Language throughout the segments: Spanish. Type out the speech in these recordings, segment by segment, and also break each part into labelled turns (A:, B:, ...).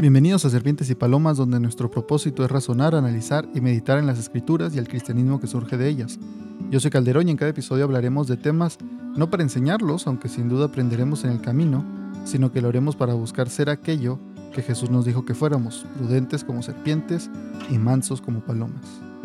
A: Bienvenidos a Serpientes y Palomas, donde nuestro propósito es razonar, analizar y meditar en las escrituras y el cristianismo que surge de ellas. Yo soy Calderón y en cada episodio hablaremos de temas no para enseñarlos, aunque sin duda aprenderemos en el camino, sino que lo haremos para buscar ser aquello que Jesús nos dijo que fuéramos, prudentes como serpientes y mansos como palomas.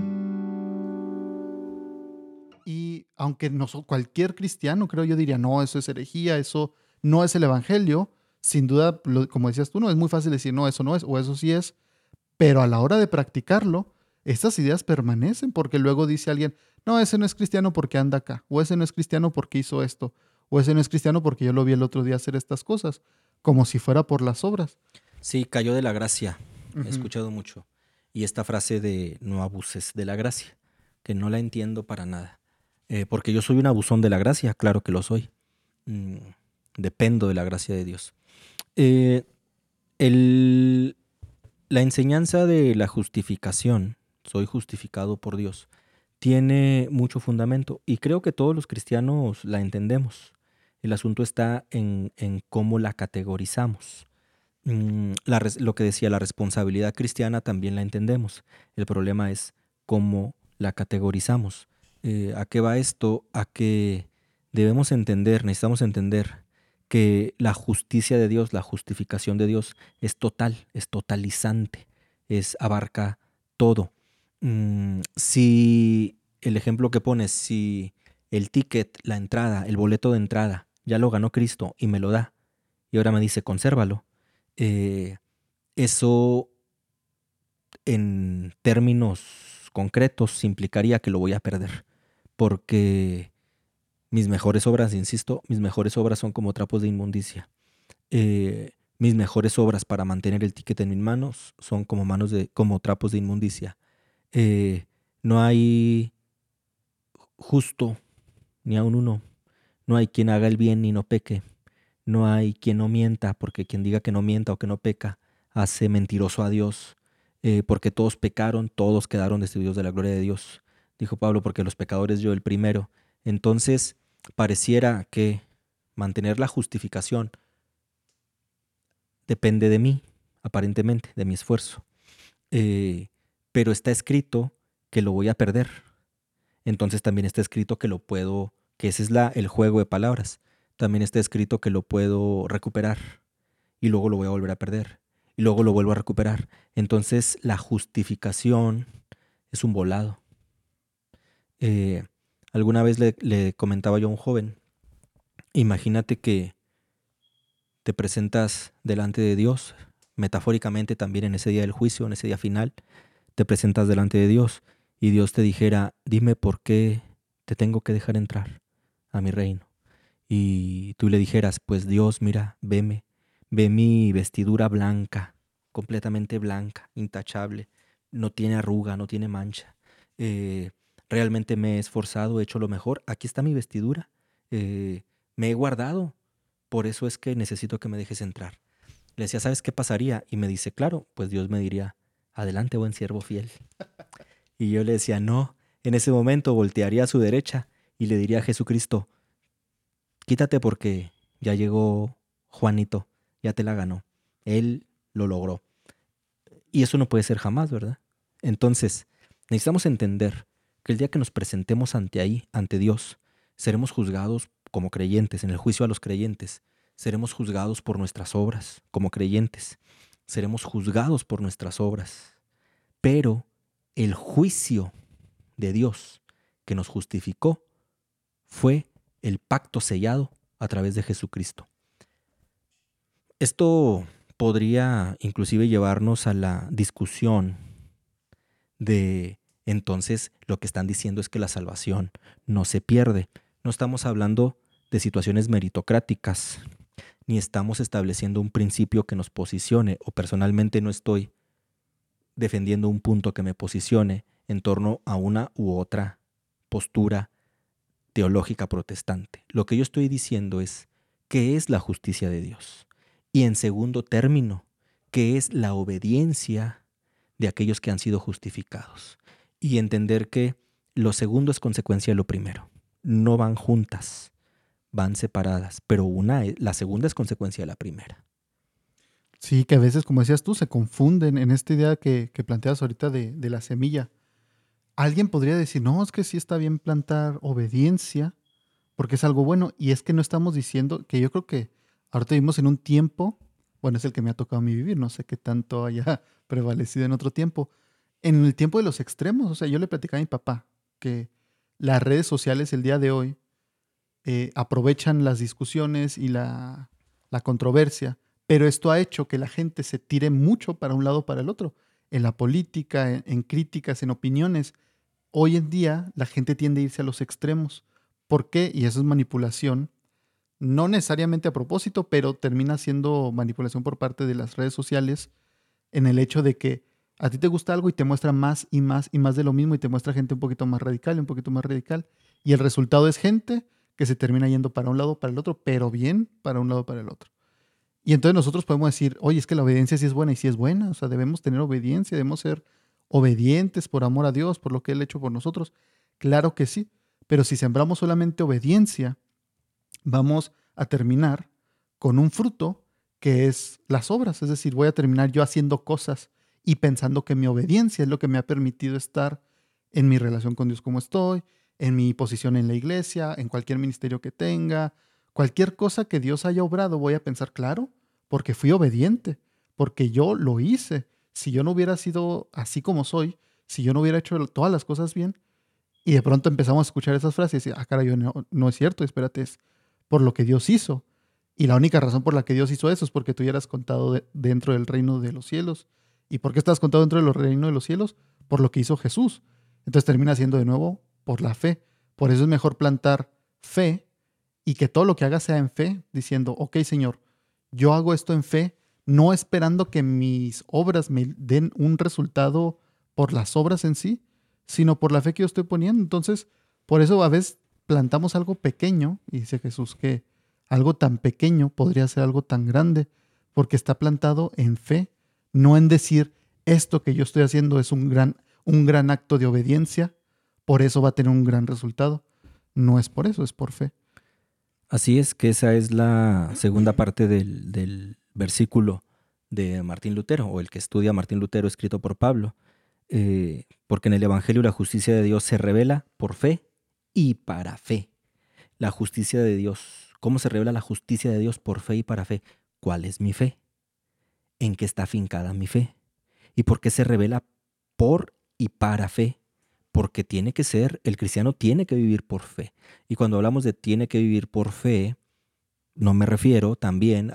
A: Y aunque cualquier cristiano, creo yo, diría, no, eso es herejía, eso no es el evangelio, sin duda, como decías tú, no es muy fácil decir, no, eso no es, o eso sí es, pero a la hora de practicarlo, estas ideas permanecen porque luego dice alguien, no, ese no es cristiano porque anda acá, o ese no es cristiano porque hizo esto, o ese no es cristiano porque yo lo vi el otro día hacer estas cosas, como si fuera por las obras.
B: Sí, cayó de la gracia. He
A: Ujú.
B: escuchado mucho. Y esta frase de no abuses de la gracia, que no la entiendo para nada. Porque yo soy un abusón de la gracia, claro que lo soy. Mm, Dependo de la gracia de Dios. Eh, el- la enseñanza de la justificación, soy justificado por Dios, tiene mucho fundamento y creo que todos los cristianos la entendemos. El asunto está en cómo la categorizamos. Lo que decía, la responsabilidad cristiana también la entendemos. El problema es cómo la categorizamos. ¿A qué va esto? A que necesitamos entender que la justicia de Dios, la justificación de Dios es total, es totalizante, abarca todo. Si el ejemplo que pones, si el ticket, la entrada, el boleto de entrada, ya lo ganó Cristo y me lo da, y ahora me dice, consérvalo. eh, Eso en términos concretos implicaría que lo voy a perder, porque mis mejores obras, insisto, mis mejores obras son como trapos de inmundicia. Mis mejores obras para mantener el ticket en mis manos son como trapos de inmundicia. Eh, no hay justo ni aun uno. No hay quien haga el bien ni no peque. No hay quien no mienta, porque quien diga que no mienta o que no peca hace mentiroso a Dios, porque todos pecaron, todos quedaron destituidos de la gloria de Dios. Dijo Pablo, porque los pecadores yo el primero. Entonces, pareciera que mantener la justificación depende de mí, aparentemente, de mi esfuerzo. Eh, pero está escrito que lo voy a perder. Entonces también está escrito que lo puedo, que ese es el juego de palabras. También está escrito que lo puedo recuperar y luego lo voy a volver a perder y luego lo vuelvo a recuperar. Entonces la justificación es un volado. Eh, Alguna vez le comentaba yo a un joven, imagínate que te presentas delante de Dios, metafóricamente también en ese día del juicio, en ese día final, te presentas delante de Dios y Dios te dijera, dime por qué te tengo que dejar entrar a mi reino. Y tú le dijeras, pues Dios, mira, ve mi vestidura blanca, completamente blanca, intachable, no tiene arruga, no tiene mancha. Eh, Realmente me he esforzado, he hecho lo mejor. Aquí está mi vestidura. eh, Me he guardado. Por eso es que necesito que me dejes entrar. Le decía, ¿sabes qué pasaría? Y me dice, claro, pues Dios me diría, adelante, buen siervo fiel. Y yo le decía, no. En ese momento voltearía a su derecha y le diría a Jesucristo, quítate porque ya llegó Juanito, ya te la ganó. Él lo logró. Y eso no puede ser jamás, ¿verdad? Entonces, necesitamos entender que el día que nos presentemos ante Dios, seremos juzgados como creyentes, en el juicio a los creyentes. Seremos juzgados por nuestras obras como creyentes. Seremos juzgados por nuestras obras. Pero el juicio de Dios que nos justificó fue el pacto sellado a través de Jesucristo. Esto podría inclusive llevarnos a la discusión de entonces lo que están diciendo es que la salvación no se pierde. No estamos hablando de situaciones meritocráticas, ni estamos estableciendo un principio que nos posicione, o personalmente no estoy defendiendo un punto que me posicione en torno a una u otra postura teológica protestante. Lo que yo estoy diciendo es qué es la justicia de Dios. Y en segundo término, qué es la obediencia de aquellos que han sido justificados. Y entender que lo segundo es consecuencia de lo primero. No van juntas, van separadas, pero la segunda es consecuencia de la primera.
A: Sí, que a veces, como decías tú, se confunden en esta idea que planteas ahorita de la semilla. Alguien podría decir, no, es que sí está bien plantar obediencia, porque es algo bueno. Y es que no estamos diciendo que yo creo que ahorita vivimos en un tiempo, bueno, es el que me ha tocado a mí vivir, no sé qué tanto haya prevalecido en otro tiempo, en el tiempo de los extremos. O sea, yo le platicaba a mi papá que las redes sociales el día de hoy aprovechan las discusiones y la controversia, pero esto ha hecho que la gente se tire mucho para un lado o para el otro, en la política, en críticas, en opiniones. Hoy en día la gente tiende a irse a los extremos. ¿Por qué? Y eso es manipulación, no necesariamente a propósito, pero termina siendo manipulación por parte de las redes sociales en el hecho de que a ti te gusta algo y te muestra más y más y más de lo mismo y te muestra gente un poquito más radical y un poquito más radical. Y el resultado es gente que se termina yendo para un lado o para el otro, pero bien para un lado o para el otro. Y entonces nosotros podemos decir, oye, es que la obediencia sí es buena y sí es buena. O sea, debemos tener obediencia, debemos ser obedientes por amor a Dios, por lo que Él ha hecho por nosotros. Claro que sí, pero si sembramos solamente obediencia, vamos a terminar con un fruto que es las obras. Es decir, voy a terminar yo haciendo cosas y pensando que mi obediencia es lo que me ha permitido estar en mi relación con Dios como estoy, en mi posición en la iglesia, en cualquier ministerio que tenga, cualquier cosa que Dios haya obrado, voy a pensar, claro, porque fui obediente, porque yo lo hice. Si yo no hubiera sido así como soy, si yo no hubiera hecho todas las cosas bien, y de pronto empezamos a escuchar esas frases y, ah, caray, no, no es cierto, espérate, es por lo que Dios hizo. Y la única razón por la que Dios hizo eso es porque tú ya eras contado dentro del reino de los cielos. ¿Y por qué estás contado dentro del reino de los cielos? Por lo que hizo Jesús. Entonces termina siendo de nuevo por la fe. Por eso es mejor plantar fe y que todo lo que haga sea en fe, diciendo, ok, Señor, yo hago esto en fe, no esperando que mis obras me den un resultado por las obras en sí, sino por la fe que yo estoy poniendo. Entonces, por eso a veces plantamos algo pequeño, y dice Jesús que algo tan pequeño podría ser algo tan grande, porque está plantado en fe, no en decir, esto que yo estoy haciendo es un gran acto de obediencia, por eso va a tener un gran resultado. No es por eso, es por fe.
B: Así es que esa es la segunda parte del versículo de Martín Lutero, o el que estudia Martín Lutero escrito por Pablo. Porque en el Evangelio la justicia de Dios se revela por fe y para fe. La justicia de Dios. ¿Cómo se revela la justicia de Dios por fe y para fe? ¿Cuál es mi fe? ¿En qué está afincada mi fe? ¿Y por qué se revela por y para fe? Porque tiene que ser, el cristiano tiene que vivir por fe. Y cuando hablamos de tiene que vivir por fe, no me refiero también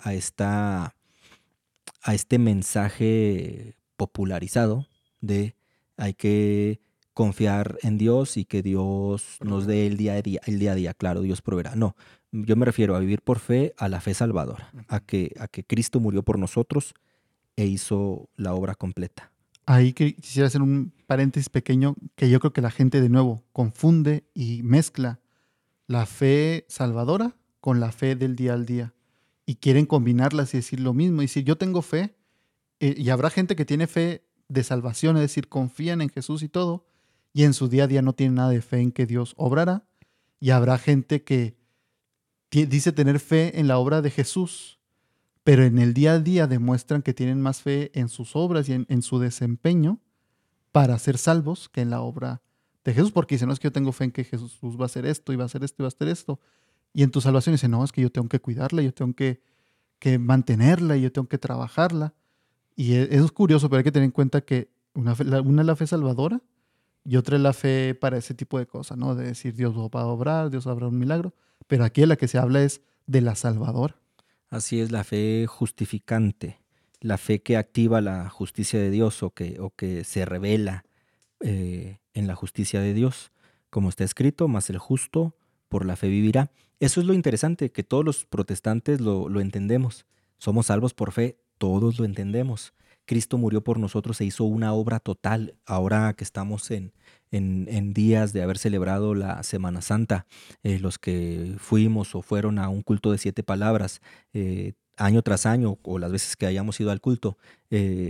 B: a este mensaje popularizado de hay que confiar en Dios y que Dios nos dé el día a día, claro, Dios proveerá. No, yo me refiero a vivir por fe, a la fe salvadora, a que Cristo murió por nosotros e hizo la obra completa.
A: Ahí quisiera hacer un paréntesis pequeño que yo creo que la gente de nuevo confunde y mezcla la fe salvadora con la fe del día al día. Y quieren combinarlas y decir lo mismo. Y decir, yo tengo fe, y habrá gente que tiene fe de salvación, es decir, confían en Jesús y todo, y en su día a día no tienen nada de fe en que Dios obrará. Y habrá gente que dice tener fe en la obra de Jesús, pero en el día a día demuestran que tienen más fe en sus obras y en su desempeño para ser salvos que en la obra de Jesús, porque dice, no es que yo tengo fe en que Jesús va a hacer esto y va a hacer esto y va a hacer esto. Y en tu salvación dice, no, es que yo tengo que cuidarla, yo tengo que mantenerla y yo tengo que trabajarla. Y eso es curioso, pero hay que tener en cuenta que una es la fe salvadora y otra es la fe para ese tipo de cosas, ¿no? De decir, Dios va a obrar, Dios va a obrar un milagro. Pero aquí la que se habla es de la salvadora.
B: Así es la fe justificante, la fe que activa la justicia de Dios o que se revela en la justicia de Dios, como está escrito, mas el justo por la fe vivirá. Eso es lo interesante, que todos los protestantes lo entendemos. Somos salvos por fe, todos lo entendemos. Cristo murió por nosotros e hizo una obra total. Ahora que estamos en días de haber celebrado la Semana Santa, los que fuimos o fueron a un culto de 7 palabras, año tras año, o las veces que hayamos ido al culto,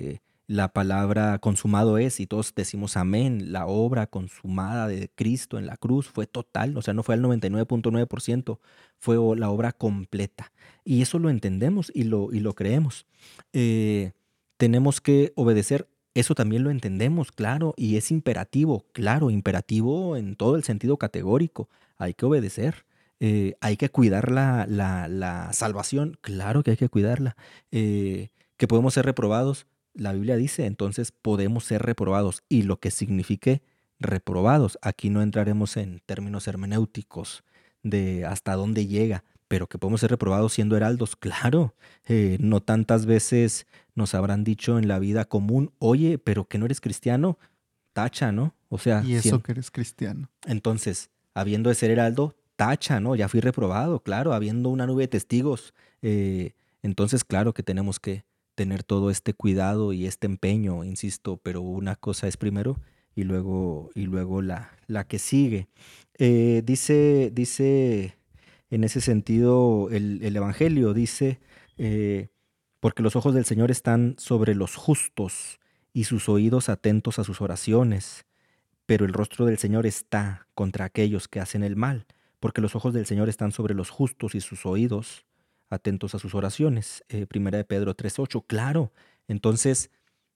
B: la palabra consumado es, y todos decimos amén, la obra consumada de Cristo en la cruz fue total, o sea, no fue al 99.9%, fue la obra completa. Y eso lo entendemos y lo creemos. Eh, Tenemos que obedecer, eso también lo entendemos, claro, y es imperativo, claro, imperativo en todo el sentido categórico, hay que obedecer. Hay que cuidar la salvación, claro que hay que cuidarla. Que podemos ser reprobados, la Biblia dice, entonces podemos ser reprobados y lo que signifique reprobados. Aquí no entraremos en términos hermenéuticos de hasta dónde llega, pero que podemos ser reprobados siendo heraldos, claro. No tantas veces nos habrán dicho en la vida común, oye, pero que no eres cristiano, tacha, ¿no? O sea,
A: Y eso que eres cristiano.
B: entonces, habiendo de ser heraldo, tacha, ¿no? Ya fui reprobado, claro, habiendo una nube de testigos. Entonces, claro que tenemos que tener todo este cuidado y este empeño, insisto, pero una cosa es primero y luego la que sigue. Dice en ese sentido el Evangelio, dice, eh, porque los ojos del Señor están sobre los justos y sus oídos atentos a sus oraciones, pero el rostro del Señor está contra aquellos que hacen el mal, porque los ojos del Señor están sobre los justos y sus oídos atentos a sus oraciones. Primera de Pedro 3:8, claro. Entonces,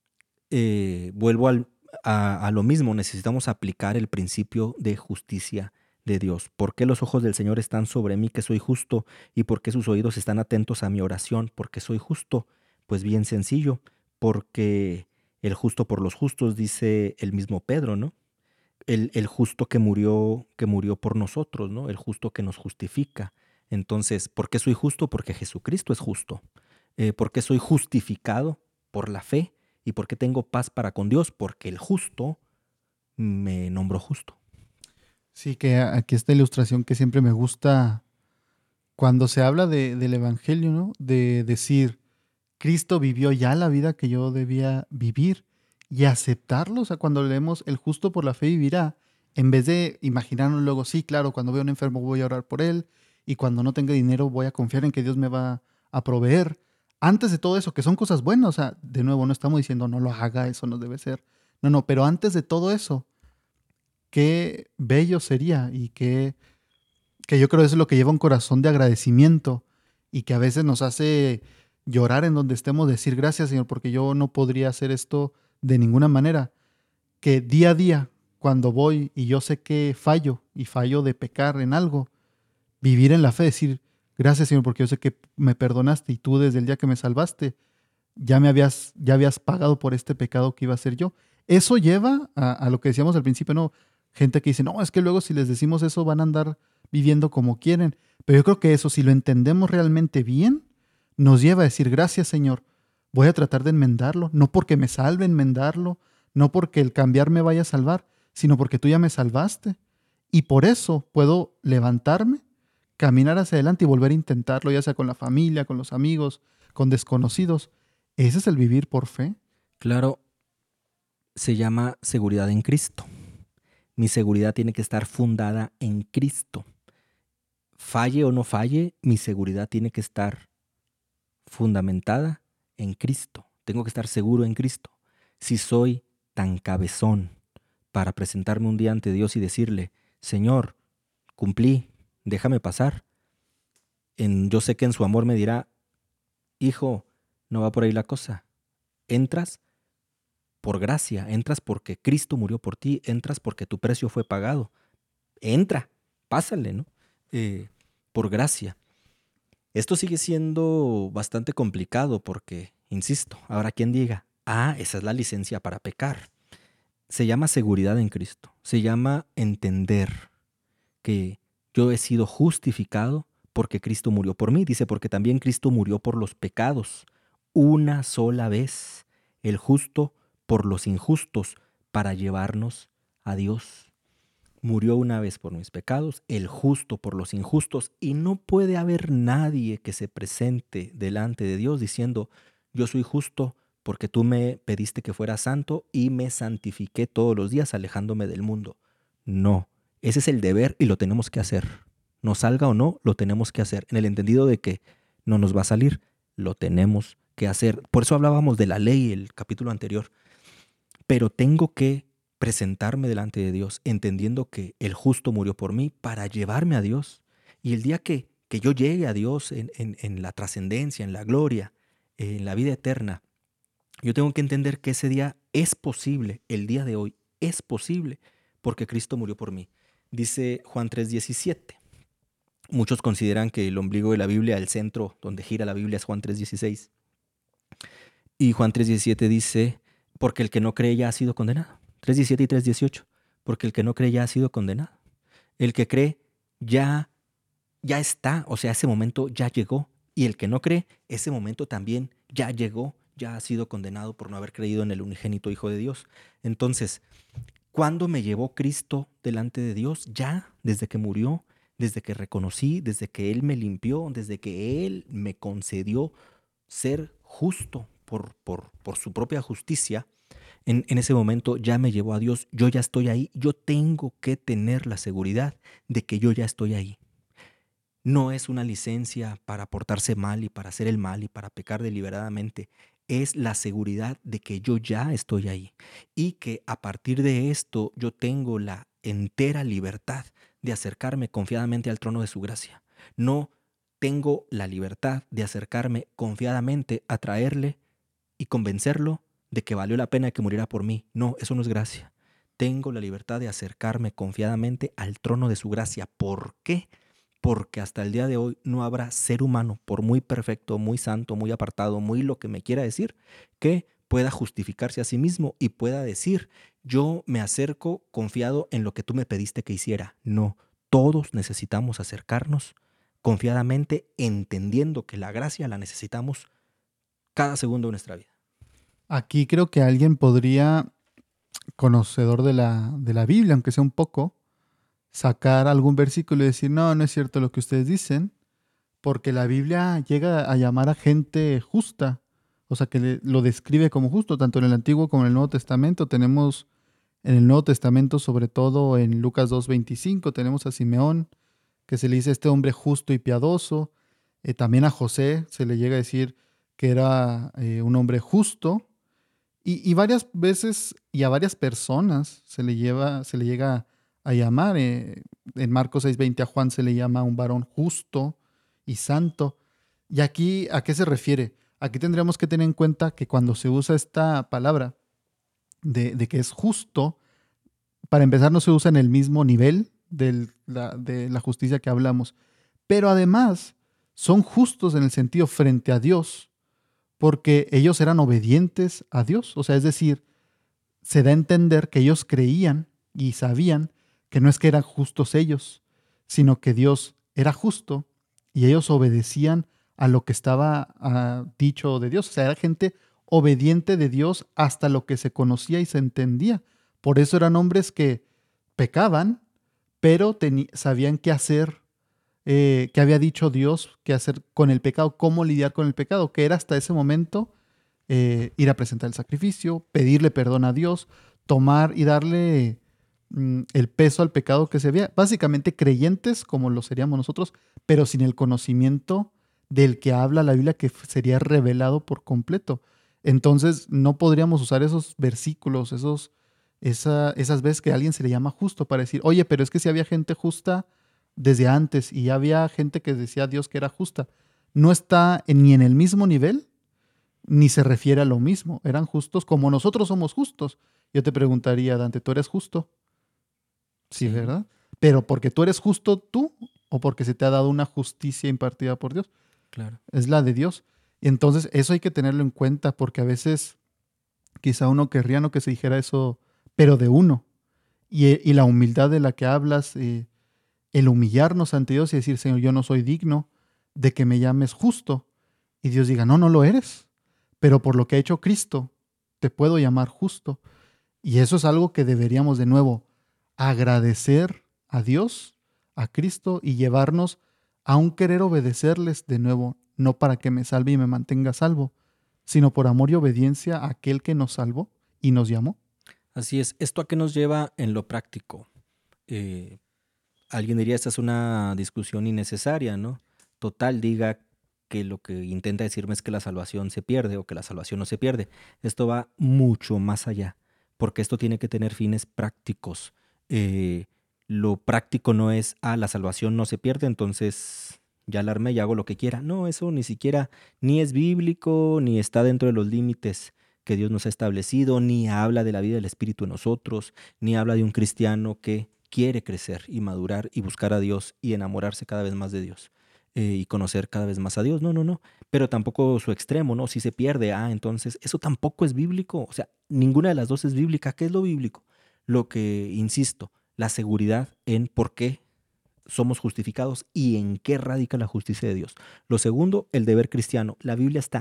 B: vuelvo a lo mismo, necesitamos aplicar el principio de justicia de Dios. ¿Por qué los ojos del Señor están sobre mí, que soy justo? ¿Y por qué sus oídos están atentos a mi oración? ¿Porque soy justo? Pues bien sencillo, porque el justo por los justos, dice el mismo Pedro, ¿no? El justo que murió por nosotros, ¿no? El justo que nos justifica. Entonces, ¿por qué soy justo? Porque Jesucristo es justo. ¿Por qué soy justificado? Por la fe. ¿Y por qué tengo paz para con Dios? Porque el justo me nombró justo.
A: Sí, que aquí esta ilustración que siempre me gusta cuando se habla del Evangelio, ¿no? De decir, Cristo vivió ya la vida que yo debía vivir y aceptarlo. O sea, cuando leemos el justo por la fe vivirá, en vez de imaginarnos luego, sí, claro, cuando veo a un enfermo voy a orar por él y cuando no tenga dinero voy a confiar en que Dios me va a proveer. Antes de todo eso, que son cosas buenas, o sea, de nuevo, no estamos diciendo no lo haga, eso no debe ser. No, no, pero antes de todo eso, qué bello sería y que yo creo que eso es lo que lleva un corazón de agradecimiento y que a veces nos hace llorar en donde estemos, decir gracias Señor, porque yo no podría hacer esto de ninguna manera. Que día a día, cuando voy y yo sé que fallo y fallo de pecar en algo, vivir en la fe, decir gracias Señor, porque yo sé que me perdonaste y tú desde el día que me salvaste ya habías pagado por este pecado que iba a ser yo. Eso lleva a lo que decíamos al principio, ¿no? Gente que dice, no, es que luego si les decimos eso van a andar viviendo como quieren. Pero yo creo que eso, si lo entendemos realmente bien, nos lleva a decir, gracias Señor, voy a tratar de enmendarlo, no porque me salve enmendarlo, no porque el cambiar me vaya a salvar, sino porque tú ya me salvaste. Y por eso puedo levantarme, caminar hacia adelante y volver a intentarlo, ya sea con la familia, con los amigos, con desconocidos. Ese es el vivir por fe.
B: Claro, se llama seguridad en Cristo. Mi seguridad tiene que estar fundada en Cristo. Falle o no falle, mi seguridad tiene que estar fundamentada en Cristo. Tengo que estar seguro en Cristo. Si soy tan cabezón para presentarme un día ante Dios y decirle, Señor, cumplí, déjame pasar. Yo sé que en su amor me dirá, hijo, no va por ahí la cosa. Entras por gracia, entras porque Cristo murió por ti, entras porque tu precio fue pagado. Entra, pásale, ¿no? Eh, por gracia. Esto sigue siendo bastante complicado porque, insisto, ahora quien diga, esa es la licencia para pecar. Se llama seguridad en Cristo, se llama entender que yo he sido justificado porque Cristo murió por mí. Dice, porque también Cristo murió por los pecados una sola vez, el justo por los injustos, para llevarnos a Dios. Murió una vez por mis pecados, el justo por los injustos, y no puede haber nadie que se presente delante de Dios diciendo, yo soy justo porque tú me pediste que fuera santo y me santifiqué todos los días alejándome del mundo. No, ese es el deber y lo tenemos que hacer. Nos salga o no, lo tenemos que hacer, en el entendido de que no nos va a salir, lo tenemos que hacer. Por eso hablábamos de la ley el capítulo anterior. Pero tengo que presentarme delante de Dios, entendiendo que el justo murió por mí para llevarme a Dios. Y el día que yo llegue a Dios en la trascendencia, en la gloria, en la vida eterna, yo tengo que entender que ese día es posible, el día de hoy es posible, porque Cristo murió por mí. Dice Juan 3:17. Muchos consideran que el ombligo de la Biblia, el centro donde gira la Biblia, es Juan 3:16. Y Juan 3:17 dice, porque el que no cree ya ha sido condenado. 3:17 y 3:18. Porque el que no cree ya ha sido condenado. El que cree ya, ya está, o sea, ese momento ya llegó. Y el que no cree, ese momento también ya llegó, ya ha sido condenado por no haber creído en el unigénito Hijo de Dios. Entonces, ¿cuándo me llevó Cristo delante de Dios? Ya, desde que murió, desde que reconocí, desde que Él me limpió, desde que Él me concedió ser justo por su propia justicia. En ese momento ya me llevó a Dios, yo ya estoy ahí, yo tengo que tener la seguridad de que yo ya estoy ahí. No es una licencia para portarse mal y para hacer el mal y para pecar deliberadamente. Es la seguridad de que yo ya estoy ahí y que a partir de esto yo tengo la entera libertad de acercarme confiadamente al trono de su gracia. No tengo la libertad de acercarme confiadamente a traerle y convencerlo de que valió la pena que muriera por mí. No, eso no es gracia. Tengo la libertad de acercarme confiadamente al trono de su gracia. ¿Por qué? Porque hasta el día de hoy no habrá ser humano, por muy perfecto, muy santo, muy apartado, muy lo que me quiera decir, que pueda justificarse a sí mismo y pueda decir, yo me acerco confiado en lo que tú me pediste que hiciera. No, todos necesitamos acercarnos confiadamente, entendiendo que la gracia la necesitamos cada segundo de nuestra vida.
A: Aquí creo que alguien podría, conocedor de la Biblia, aunque sea un poco, sacar algún versículo y decir, no, no es cierto lo que ustedes dicen, porque la Biblia llega a llamar a gente justa, o sea, que lo describe como justo, tanto en el Antiguo como en el Nuevo Testamento. Tenemos en el Nuevo Testamento, sobre todo en Lucas 2:25, tenemos a Simeón, que se le dice este hombre justo y piadoso. También a José se le llega a decir que era un hombre justo. Y varias veces y a varias personas se le llega a llamar. En Marcos 6:20 a Juan se le llama un varón justo y santo. Y aquí, ¿a qué se refiere? Aquí tendríamos que tener en cuenta que cuando se usa esta palabra de que es justo, para empezar no se usa en el mismo nivel de la justicia que hablamos, pero además son justos en el sentido frente a Dios, porque ellos eran obedientes a Dios. O sea, es decir, se da a entender que ellos creían y sabían que no es que eran justos ellos, sino que Dios era justo y ellos obedecían a lo que estaba dicho de Dios. O sea, era gente obediente de Dios hasta lo que se conocía y se entendía. Por eso eran hombres que pecaban, pero sabían qué hacer, qué había dicho Dios, qué hacer con el pecado, cómo lidiar con el pecado, que era hasta ese momento ir a presentar el sacrificio, pedirle perdón a Dios, tomar y darle el peso al pecado que se había. Básicamente creyentes como lo seríamos nosotros, pero sin el conocimiento del que habla la Biblia, que sería revelado por completo. Entonces no podríamos usar esos versículos, esas veces que a alguien se le llama justo para decir, oye, pero es que si había gente justa desde antes y ya había gente que decía a Dios que era justa. No está ni en el mismo nivel ni se refiere a lo mismo. Eran justos como nosotros somos justos. Yo te preguntaría, Dante, ¿tú eres justo? Sí,
B: Sí,
A: ¿verdad? Pero porque tú eres justo tú o porque se te ha dado una justicia impartida por Dios.
B: claro.
A: Es la de Dios. Y entonces eso hay que tenerlo en cuenta porque a veces quizá uno querría no que se dijera eso, pero de uno. Y la humildad de la que hablas, el humillarnos ante Dios y decir, Señor, yo no soy digno de que me llames justo. Y Dios diga, no, no lo eres, pero por lo que ha hecho Cristo, te puedo llamar justo. Y eso es algo que deberíamos de nuevo agradecer a Dios, a Cristo y llevarnos a un querer obedecerles de nuevo, no para que me salve y me mantenga salvo, sino por amor y obediencia a aquel que nos salvó y nos llamó.
B: Así es. ¿Esto a qué nos lleva en lo práctico? Alguien diría, esta es una discusión innecesaria, ¿no? Total, diga que lo que intenta decirme es que la salvación se pierde o que la salvación no se pierde. Esto va mucho más allá, porque esto tiene que tener fines prácticos. Eh, lo práctico no es, la salvación no se pierde, entonces ya la armé y hago lo que quiera. No, eso ni siquiera ni es bíblico, ni está dentro de los límites que Dios nos ha establecido, ni habla de la vida del Espíritu en nosotros, ni habla de un cristiano que quiere crecer y madurar y buscar a Dios y enamorarse cada vez más de Dios y conocer cada vez más a Dios. No, no, no. Pero tampoco su extremo, ¿no? Si se pierde, entonces eso tampoco es bíblico. O sea, ninguna de las dos es bíblica. ¿Qué es lo bíblico? Lo que, insisto, la seguridad en por qué somos justificados y en qué radica la justicia de Dios. Lo segundo, el deber cristiano. La Biblia está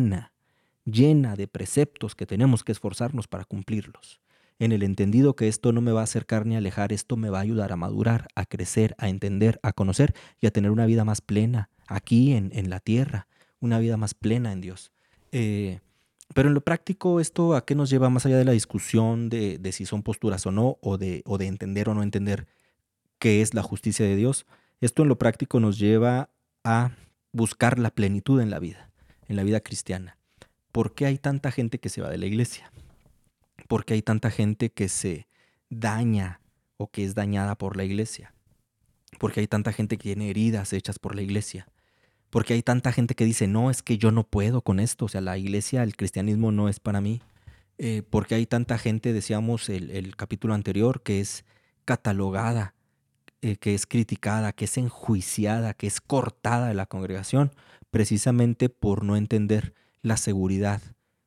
B: llena de preceptos que tenemos que esforzarnos para cumplirlos. En el entendido que esto no me va a acercar ni alejar, esto me va a ayudar a madurar, a crecer, a entender, a conocer y a tener una vida más plena aquí en la tierra, una vida más plena en Dios. Pero en lo práctico, ¿esto a qué nos lleva más allá de la discusión de si son posturas o no, o de entender o no entender qué es la justicia de Dios? Esto en lo práctico nos lleva a buscar la plenitud en la vida cristiana. ¿Por qué hay tanta gente que se va de la iglesia? ¿Por qué hay tanta gente que se daña o que es dañada por la iglesia? ¿Por qué hay tanta gente que tiene heridas hechas por la iglesia? ¿Por qué hay tanta gente que dice, no, es que yo no puedo con esto? O sea, la iglesia, el cristianismo no es para mí. ¿Por qué hay tanta gente, decíamos el capítulo anterior, que es catalogada, que es criticada, que es enjuiciada, que es cortada de la congregación? Precisamente por no entender la seguridad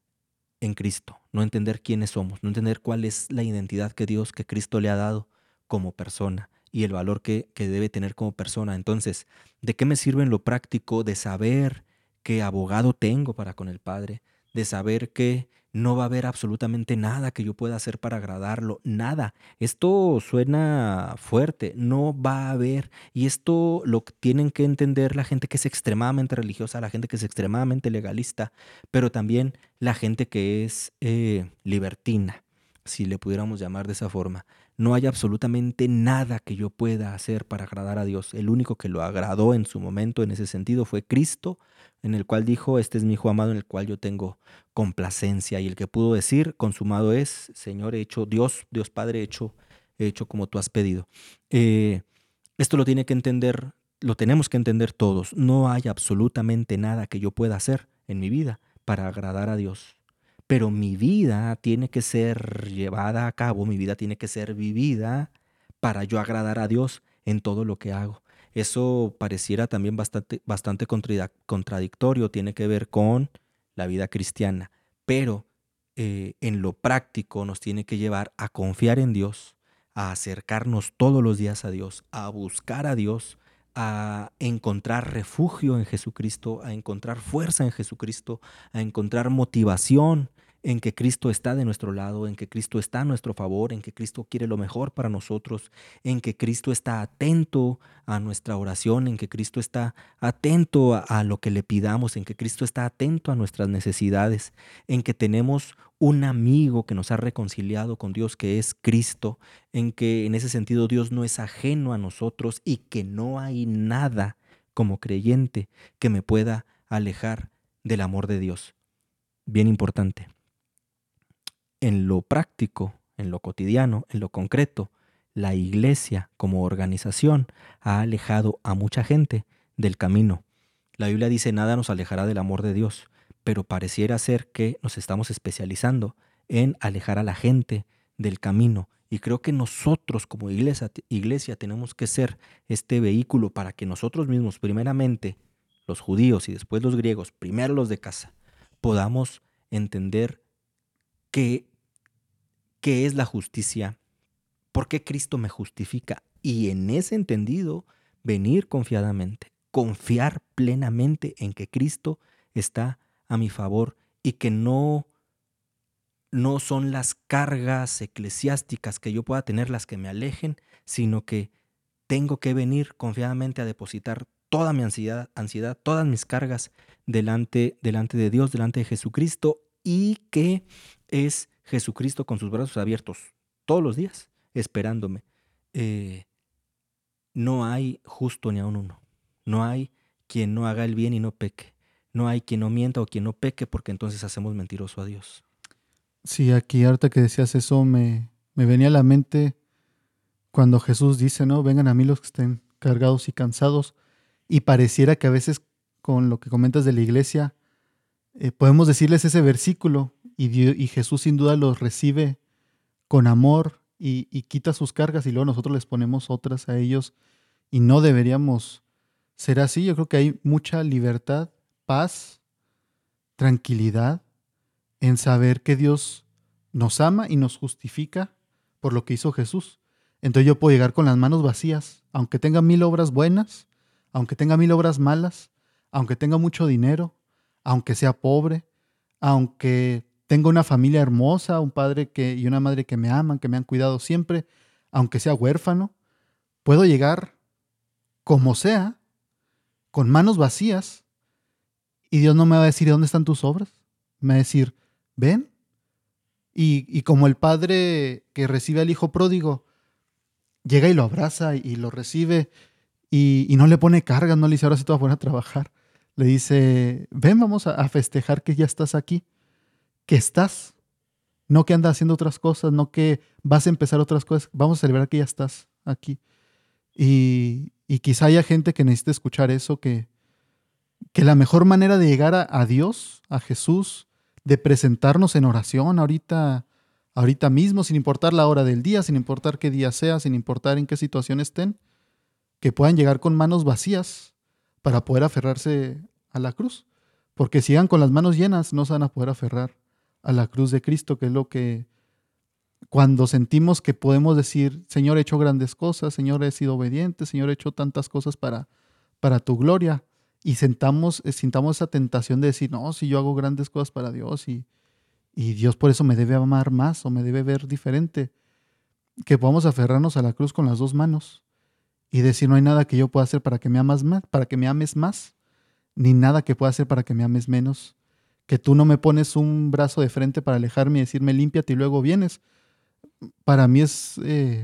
B: en Cristo, no entender quiénes somos, no entender cuál es la identidad que Cristo le ha dado como persona y el valor que debe tener como persona. Entonces, ¿de qué me sirve en lo práctico de saber qué abogado tengo para con el Padre? De saber que no va a haber absolutamente nada que yo pueda hacer para agradarlo, nada. Esto suena fuerte, no va a haber. Y esto lo tienen que entender la gente que es extremadamente religiosa, la gente que es extremadamente legalista, pero también la gente que es libertina, si le pudiéramos llamar de esa forma. No hay absolutamente nada que yo pueda hacer para agradar a Dios. El único que lo agradó en su momento en ese sentido fue Cristo, en el cual dijo, este es mi hijo amado en el cual yo tengo complacencia. Y el que pudo decir, consumado es, Señor, he hecho, Dios Padre, he hecho como tú has pedido. Eh, Esto lo tiene que entender, lo tenemos que entender todos. No hay absolutamente nada que yo pueda hacer en mi vida para agradar a Dios. Pero mi vida tiene que ser llevada a cabo, mi vida tiene que ser vivida para yo agradar a Dios en todo lo que hago. Eso pareciera también bastante contradictorio, tiene que ver con la vida cristiana, pero en lo práctico nos tiene que llevar a confiar en Dios, a acercarnos todos los días a Dios, a buscar a Dios, a encontrar refugio en Jesucristo, a encontrar fuerza en Jesucristo, a encontrar motivación en que Cristo está de nuestro lado, en que Cristo está a nuestro favor, en que Cristo quiere lo mejor para nosotros, en que Cristo está atento a nuestra oración, en que Cristo está atento a lo que le pidamos, en que Cristo está atento a nuestras necesidades, en que tenemos un amigo que nos ha reconciliado con Dios, que es Cristo, en que en ese sentido Dios no es ajeno a nosotros y que no hay nada como creyente que me pueda alejar del amor de Dios. Bien importante. En lo práctico, en lo cotidiano, en lo concreto, la iglesia como organización ha alejado a mucha gente del camino. La Biblia dice, nada nos alejará del amor de Dios, pero pareciera ser que nos estamos especializando en alejar a la gente del camino. Y creo que nosotros como iglesia tenemos que ser este vehículo para que nosotros mismos, primeramente los judíos y después los griegos, primero los de casa, podamos entender que qué es la justicia, por qué Cristo me justifica y en ese entendido venir confiadamente, confiar plenamente en que Cristo está a mi favor y que no son las cargas eclesiásticas que yo pueda tener las que me alejen, sino que tengo que venir confiadamente a depositar toda mi ansiedad, todas mis cargas delante de Dios, delante de Jesucristo, y que es Jesucristo con sus brazos abiertos todos los días, esperándome. No hay justo ni aun uno. No hay quien no haga el bien y no peque. No hay quien no mienta o quien no peque, porque entonces hacemos mentiroso a Dios.
A: Sí, aquí ahorita que decías eso me venía a la mente cuando Jesús dice, ¿no? Vengan a mí los que estén cargados y cansados. Y pareciera que a veces con lo que comentas de la iglesia, podemos decirles ese versículo y Jesús sin duda los recibe con amor y quita sus cargas y luego nosotros les ponemos otras a ellos y no deberíamos ser así. Yo creo que hay mucha libertad, paz, tranquilidad en saber que Dios nos ama y nos justifica por lo que hizo Jesús. Entonces yo puedo llegar con las manos vacías, aunque tenga 1000 obras buenas, aunque tenga 1000 obras malas, aunque tenga mucho dinero, aunque sea pobre, aunque tenga una familia hermosa, un padre y una madre que me aman, que me han cuidado siempre, aunque sea huérfano, puedo llegar como sea, con manos vacías, y Dios no me va a decir ¿dónde están tus obras? Me va a decir, ven. Y como el padre que recibe al hijo pródigo, llega y lo abraza y lo recibe y no le pone cargas, no le dice ahora sí te vas a poner a trabajar. Le dice, ven, vamos a festejar que ya estás aquí, que estás, no que andas haciendo otras cosas, no que vas a empezar otras cosas, vamos a celebrar que ya estás aquí. Y quizá haya gente que necesite escuchar eso, que la mejor manera de llegar a Dios, a Jesús, de presentarnos en oración ahorita mismo, sin importar la hora del día, sin importar qué día sea, sin importar en qué situación estén, que puedan llegar con manos vacías para poder aferrarse a la cruz. Porque si llegan con las manos llenas, no se van a poder aferrar a la cruz de Cristo, que es lo que cuando sentimos que podemos decir, Señor, he hecho grandes cosas, Señor, he sido obediente, Señor, he hecho tantas cosas para tu gloria, y sintamos esa tentación de decir, no, si yo hago grandes cosas para Dios y Dios por eso me debe amar más o me debe ver diferente, que podamos aferrarnos a la cruz con las dos manos y decir, no hay nada que yo pueda hacer para que me ames más, ni nada que pueda hacer para que me ames menos, que tú no me pones un brazo de frente para alejarme y decirme, límpiate y luego vienes. Para mí es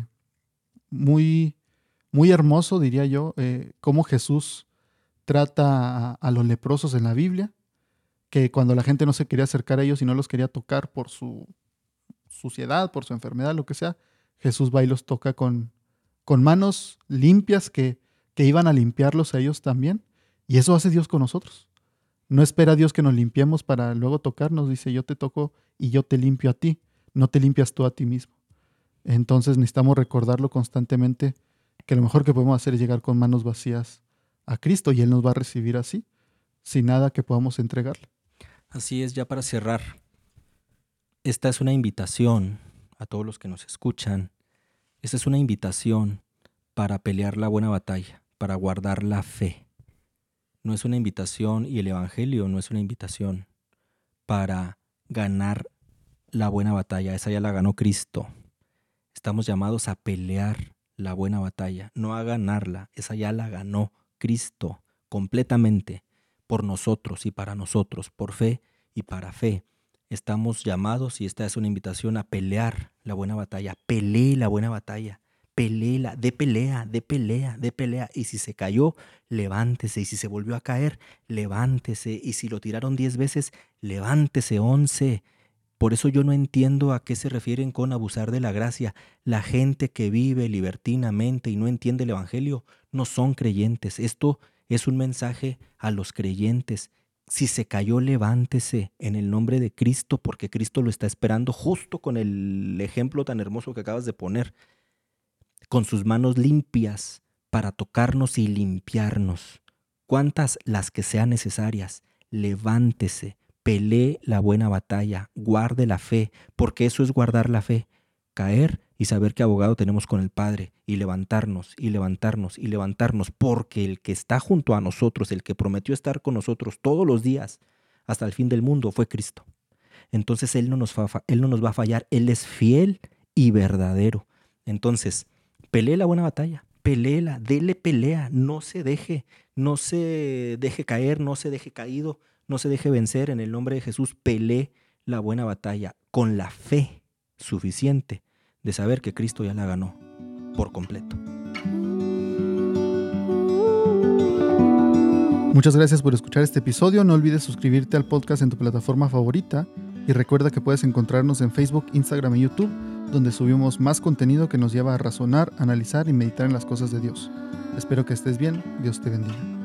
A: muy, muy hermoso, diría yo, cómo Jesús trata a los leprosos en la Biblia, que cuando la gente no se quería acercar a ellos y no los quería tocar por su suciedad, por su enfermedad, lo que sea, Jesús va y los toca con manos limpias que iban a limpiarlos a ellos también. Y eso hace Dios con nosotros. No espera Dios que nos limpiemos para luego tocarnos. Dice, yo te toco y yo te limpio a ti. No te limpias tú a ti mismo. Entonces necesitamos recordarlo constantemente, que lo mejor que podemos hacer es llegar con manos vacías a Cristo y Él nos va a recibir así, sin nada que podamos entregarle.
B: Así es, ya para cerrar, esta es una invitación a todos los que nos escuchan. Esta es una invitación para pelear la buena batalla, para guardar la fe. No es una invitación, y el Evangelio no es una invitación para ganar la buena batalla. Esa ya la ganó Cristo. Estamos llamados a pelear la buena batalla, no a ganarla. Esa ya la ganó Cristo completamente por nosotros y para nosotros, por fe y para fe. Estamos llamados, y esta es una invitación, a pelear la buena batalla. Pelee la buena batalla. Peléela, de pelea, de pelea, de pelea. Y si se cayó, levántese. Y si se volvió a caer, levántese. Y si lo tiraron 10 veces, levántese 11. Por eso yo no entiendo a qué se refieren con abusar de la gracia. La gente que vive libertinamente y no entiende el Evangelio no son creyentes. Esto es un mensaje a los creyentes. Si se cayó, levántese en el nombre de Cristo, porque Cristo lo está esperando, justo con el ejemplo tan hermoso que acabas de poner, con sus manos limpias para tocarnos y limpiarnos. ¿Cuántas? Las que sean necesarias. Levántese. Pelee la buena batalla, guarde la fe, porque eso es guardar la fe, caer y saber qué abogado tenemos con el Padre, y levantarnos, y levantarnos, y levantarnos, porque el que está junto a nosotros, el que prometió estar con nosotros todos los días hasta el fin del mundo, fue Cristo. Entonces Él no nos va a fallar, Él es fiel y verdadero. Entonces, pelee la buena batalla, peléela, dele pelea, no se deje caer, no se deje caído, no se deje vencer. En el nombre de Jesús, pelee la buena batalla con la fe suficiente de saber que Cristo ya la ganó por completo.
A: Muchas gracias por escuchar este episodio. No olvides suscribirte al podcast en tu plataforma favorita y recuerda que puedes encontrarnos en Facebook, Instagram y YouTube, donde subimos más contenido que nos lleva a razonar, analizar y meditar en las cosas de Dios. Espero que estés bien. Dios te bendiga.